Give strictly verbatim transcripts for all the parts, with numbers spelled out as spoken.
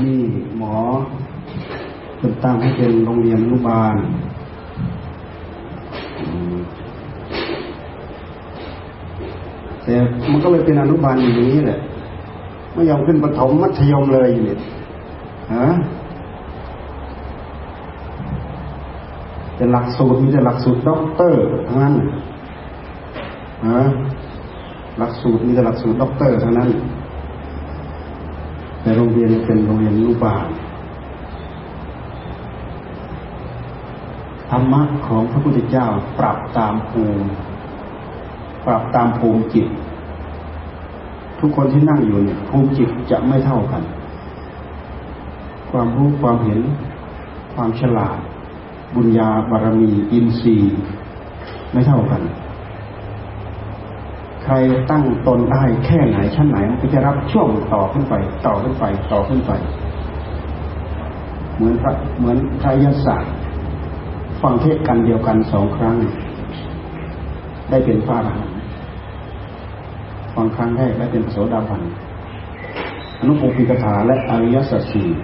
นี่หมอเป็นตั้งให้เป็นโรงเรียนอนุบาลแต่มันก็เลยเป็นอนุบาลอย่างนี้แหละไม่ยอมขึ้นประถมมัธยมเลยอยู่เนี่ยฮะแต่หลักสูตรมีแต่หลักสูตรด็อกเตอร์ทั้งนั้นฮะหลักสูตรมีแต่หลักสูตรด็อกเตอร์ทั้งนั้นแต่โรงเรียนเป็นโรงเรียนอนุบาลธรรมะของพระพุทธเจ้าปรับตามภูมิปรับตามภูมิจิตทุกคนที่นั่งอยู่เนี่ยภูมิจิตจะไม่เท่ากันความรู้ความเห็นความฉลาดบุญญาบารมีอินทรีย์ไม่เท่ากันใครตั้งตนได้แค่ไหนชั้นไหนมันก็จะรับช่วงต่อขึ้นไปต่อขึ้นไปต่อขึ้นไปเหมือนพระเหมือนพระยศะฟังเทศกันเดียวกันสองครั้งได้เป็นพระอรหันต์ฟังครั้งแรกได้เป็นโสดาบันอนุปปิกถาและอริยสัจสี่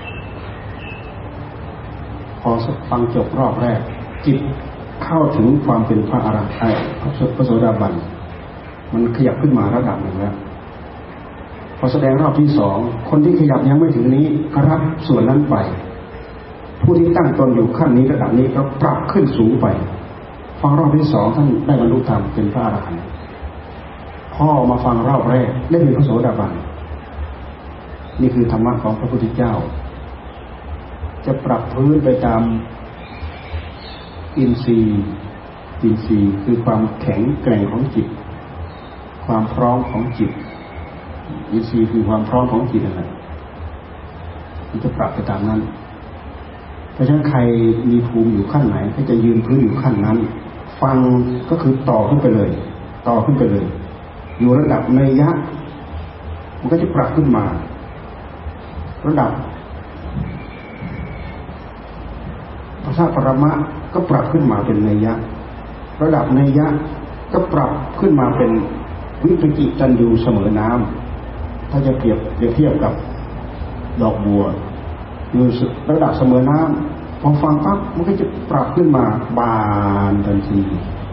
พอฟังจบรอบแรกจิตเข้าถึงความเป็นพระอรหันต์พระโสดาบันมันขยับขึ้นมาระดับหนึ่งแล้วพอแสดงรอบที่สองคนที่ขยับยังไม่ถึงนี้ก็รับส่วนนั้นไปผู้ที่ตั้งตนอยู่ขั้นนี้ระดับนี้ก็ปรับขึ้นสูงไปฟังรอบที่สองท่านได้บรรลุธรรมเป็นพระอรหันต์พ่อมาฟังรอบแรกได้เป็นพระโสดาบันนี่คือธรรมะของพระพุทธเจ้าจะปรับพื้นไปตามอินทรีย์อินทรีย์คือความแข็งแกร่งของจิตความพร้อมของจิตอินทรีย์คือความพร้อมของจิตนั่นแหละมันจะปรับไปตามนั้นเพราะฉะนั้นใครมีภูมิอยู่ขั้นไหนก็จะยืนพื้นอยู่ขั้นนั้นฟังก็คือต่อขึ้นไปเลยต่อขึ้นไปเลยอยู่ระดับนัยยะมันก็จะปรับขึ้นมาระดับภาษาปรมะก็ปรับขึ้นมาเป็นนัยยะระดับนัยยะก็ปรับขึ้นมาเป็นวิปจิตันยูเสมอน้ำถ้าจะเปรียบเปรียบเทียบกับดอกบัวอยู่ระดับเสมอน้ำพอฟังปั๊บมันก็จะปรับขึ้นมาบานทันที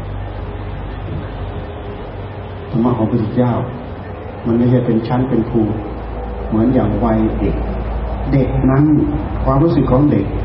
ธรรมะของพระพุทธเจ้ามันไม่ใช่เป็นชั้นเป็นภูเหมือนอย่างวัยเด็กเด็กนั้นความรู้สึกของเด็ก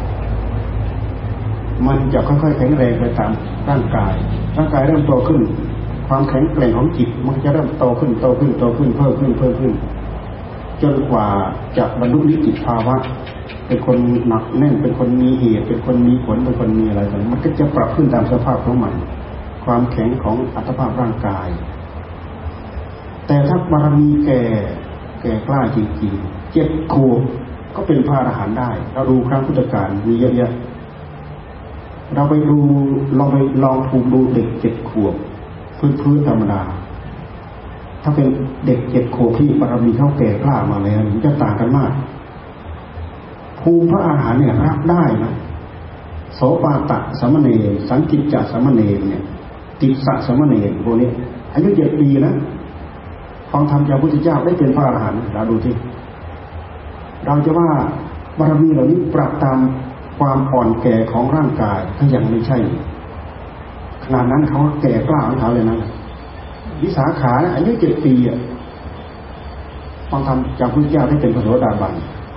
มันจะค่อยๆแข็งแรงไปตามร่างกายร่างกายเริ่มโตขึ้นความแข็งแกร่งของจิตมันจะเริ่มโตขึ้นโตขึ้นโตขึ้นเพิ่มขึ้นเพิ่มขึ้นจนกว่าจะบรรลุนิพพานภาวะเป็นคนหนักแน่นเป็นคนมีเหตุเป็นคนมีผลเป็นคนมีอะไรต่างมันก็จะปรับขึ้นตามสภาพของมันความแข็งของอัตภาพร่างกายแต่ถ้าบารมีแก่แก่กล้าจริงๆเจ็ดขวบก็เป็นพระอรหันต์ได้เราดูครั้งพุทธกาลมีเยอะแยะเราไปดูลองไปลองภูมิดูเด็กเจ็ดขวบพื้นพื้นธรรมดาถ้าเป็นเด็กเจ็ดขวบที่บารมีเขาแก่กล้ามาแล้วมันจะต่างกันมากภูมิพระอรหันต์เนี่ยรับได้นะโสปาตะสามเณรสังกิจจสามเณรเนี่ยติสสะสามเณรพวกนี้อายุเจ็ดปีนะฟังธรรมจากพระพุทธเจ้าได้เป็นพระอรหันต์เราดูที่เราจะว่าบารมีเหล่านี้ปรับตามความอ่อนแก่ของร่างกายถ้ายังไม่ใช่ขนาดนั้นเขาแก่กล้าของเขาเลยนะวิสาขานะอายุเจ็ดปีอ่ะฟังธรรมจากพระพุทธเจ้าได้เป็นพระโสดาบัน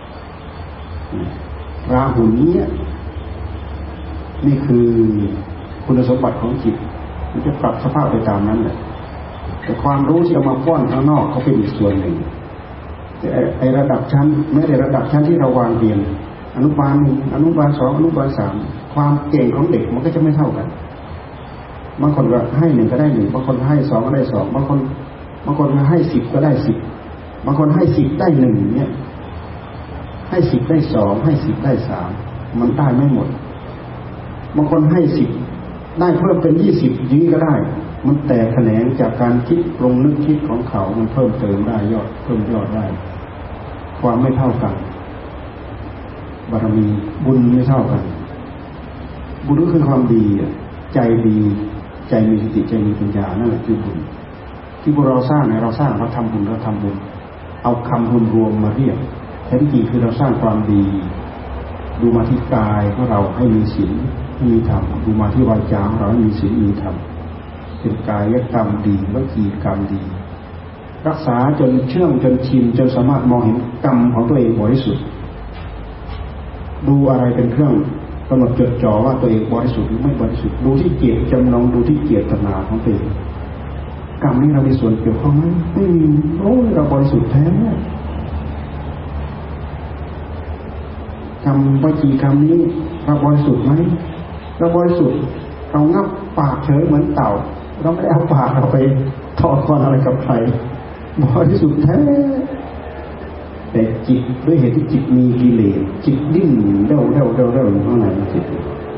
ราหุลนี้นี่คือคุณสมบัติของจิตมันจะปรับสภาพไปตามนั้นแหละแต่ความรู้ที่เอามาป้อนข้างนอกก็เป็นอีกส่วนหนึ่งแต่ไอระดับชั้นไม่ได้ระดับชั้นที่เราวางเรียนอนุบาลหนึ่งอนุบาลสองอนุบาลสามความเก่งของเด็กมันก็จะไม่เท่ากันบางคนก็ให้หนึ่งก็ได้หนึ่งบางคนให้สองก็ได้สองบางคนบางคนให้สิบก็ได้สิบบางคนให้สิบได้หนึ่งเนี่ยให้สิบได้สองให้สิบได้สามมันได้ไม่หมดบางคนให้สิบได้เพิ่มเป็นยี่สิบอย่างนี้ก็ได้มันแตกแขนงจากการคิดปรุงนึกคิดของเขามันเพิ่มเติมได้ยอดเพิ่มยอดได้ความไม่เท่ากันบารมีบุญไม่เท่ากันบุญก็คือความดีใจดีใจมีสติใจมีปัญญานั่นแหละคือบุญที่พวกเราสร้างเนี่ยเราสร้างเราทำบุญเราทำบุญเอาคำบุญรวมมาเรียกท้ที่จริงคือเราสร้างความดีดูมาที่กายของเราให้มีศีลให้มีธรรมดูมาที่วาจาของเราให้มีศีลมีธรรมเป็นกายกรรมดีวจีกรรมดีรักษาจนเชื่องจนชินจนสามารถมองเห็นกรรมของตัวเองบริสุทธิ์ดูอะไรเป็นเครื่องกำหนดจดจ่อว่าตัวเองบริสุทธิ์หรือไม่บริสุทธิ์ดูที่เจตจำนงดูที่เจตนาของตัวเองกรรมนี้เรามีส่วนเกี่ยวข้องไหมไม่มีโอ้เราบริสุทธิ์แท้กรรมวจีกรรมนี้เราบริสุทธิ์ไหมเราบริสุทธิ์เรางับปากเฉยเหมือนเต่าเราไม่ได้เอาปากเราไปทอดคอนอะไรกับใครบริสุทธิ์แท้แต่จิตด้วยเหตุที่จิตมีกิเลสจิตดิ้นเร่าเร่าเร่าเร่าอยู่ข้างในจิต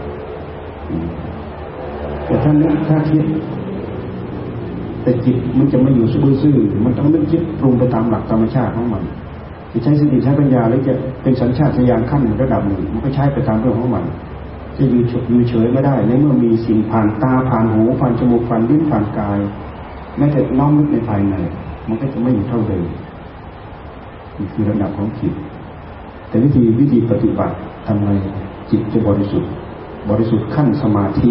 แต่ท่านนี้ถ้าคิดแต่จิตมันจะไม่อยู่ซื่อๆมันต้องนึกคิดปรุงไปตามหลักธรรมชาติของมันจะใช้สติใช้ปัญญาหรือจะเป็นสัญชาตญาณขั้นระดับหนึ่งมันก็ใช้ไปตามเรื่องของมันจะอยู่อยู่เฉยไม่ได้ในเมื่อมีสิ่งผ่านตาผ่านหูผ่านจมูกผ่านลิ้นผ่านกายแม้แต่น้อมนึกในภายในมันก็จะไม่อยู่เท่าเดิมนี่คือระดับของจิตแต่วิธีวิธีปฏิบัติทำไงจิตจะบริสุทธิ์บริสุทธิ์ขั้นสมาธิ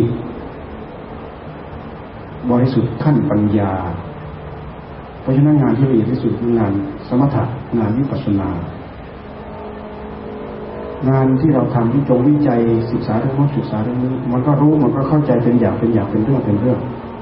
บริสุทธิ์ขั้นปัญญาเพราะฉะนั้นงานที่ละเอียดที่สุดคืองานสมถะงานวิปัสสนางานที่เราทำที่จงวิจัยศึกษาเรื่องนู้นศึกษาเรื่องนี้มันก็รู้มันก็เข้าใจเป็นอย่างเป็นอย่างเป็นเรื่องเป็นเรื่อง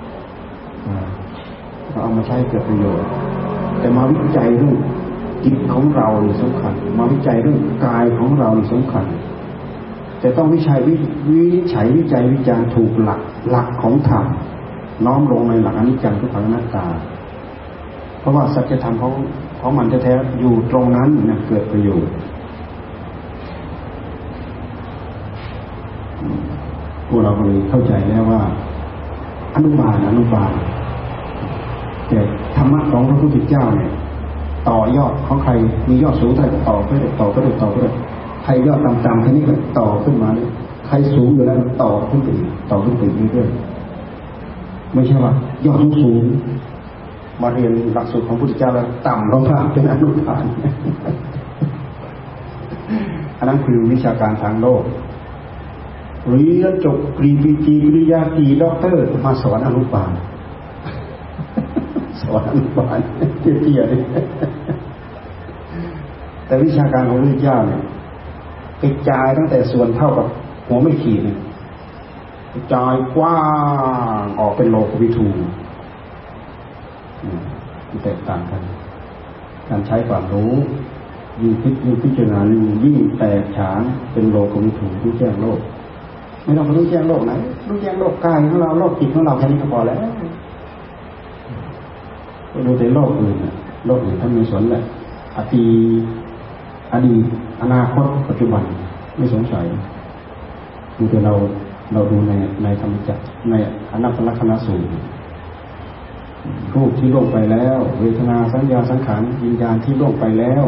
เราเอามาใช้เกิดประโยชน์แต่มาวิจัยเรื่องจิตของเรานี่สำคัญมาวิจัยเรื่องกายของเรานี่สำคัญแต่ต้องวิจัยวิวิจัยวิจัยวิจารณ์ถูกหลักหลักของธรรมน้อมลงในหลักอนิจจังทุกขังอนัตตาเพราะว่าสัจธรรมของของมันแท้ๆอยู่ตรงนั้นนะเกิดประโยชน์พวกเราก็เลยเข้าใจแล้วว่าอนุบาลอนุบาลแต่ธรรมะของพระพุทธเจ้าเนี่ยต่อยอดของใครมียอดสูงเท่าไหร่ต่อไปเรื่อยต่อไปเรื่อยต่อไปเรื่อยใครยอดต่ำๆแค่นี้ก็ต่อขึ้นมาเลยใครสูงอยู่แล้วต่อขึ้นไปอีกต่อขึ้นไปเรื่อยๆไม่ใช่ว่ายอดสูงมาเรียนหลักสูตรของพระพุทธเจ้าแล้วต่ำลงมาเป็นอนุบาลอันนั้นคือวิชาการทางโลกเรียนจบปริญญาตรีปริญญาตรีด็อกเตอร์มาสอนอนุบาลสอนอนุบาลเตี้ยๆนี่แต่วิชาการของพระพุทธเจ้าเนี่ยกระจายตั้งแต่ส่วนเท่ากับหัวไม่ขีดเนี่ยกระจายกว้างออกเป็นโลกวิถูมันแตกต่างกันการใช้ความรู้ยิ่งคิดยิ่งพิจารณายิ่งแตกฉานเป็นโลกวิถูรู้แจ้งโลกไม่ต้องไปรู้แจ้งโลกไหนรู้แจ้งโลกกายของเราโลกจิตของเราแค่นี้ก็พอแล้วไปดูแต่โลกอื่นโลกอื่นท่านไม่สนแหละอดีตอดีตอนาคตปัจจุบันไม่สงสัยดูแต่เราเราดูในในธรรมจักรในอนัตตลักษณสูตรรูปที่ล่วงไปแล้วเวทนาสัญญาสังขารวิญญาณที่ล่วงไปแล้ว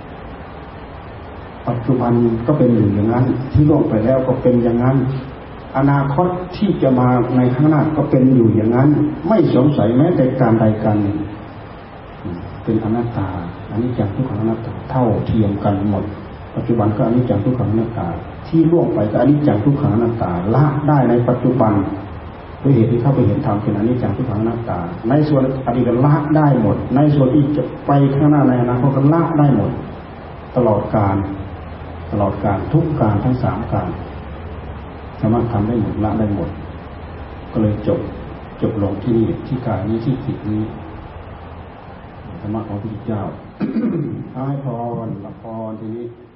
ปัจจุบันก็เป็นอยู่อย่างนั้นที่ล่วงไปแล้วก็เป็นอย่างนั้นอนาคตที่จะมาในข้างหน้าก็เป็นอยู่อย่างนั้นไม่สงสัยแม้แต่การใดการหนึ่งเป็นอนัตตาอนิจจังทุกขังอนัตตาเท่าเทียมกันหมดปัจจุบันก็อนิจจังทุกขังอนัตตาที่ล่วงไปก็อนิจจังทุกขังอนัตตาละได้ในปัจจุบันด้วยเหตุที่เข้าไปเห็นธรรมเป็นอนิจจังทุกขังอนัตตาในส่วนอดีตละได้หมดในส่วนที่จะไปข้างหน้าในอนาคตก็ละได้หมดตลอดกาลตลอดกาลทุกการทั้งสามการสามารถทำได้หมดละได้หมดก็เลยจบจบลงที่นี่ที่กายนี้ที่จิตนี้ธรรมะของพระพุทธเจ้า ให้พรละพรทีนี้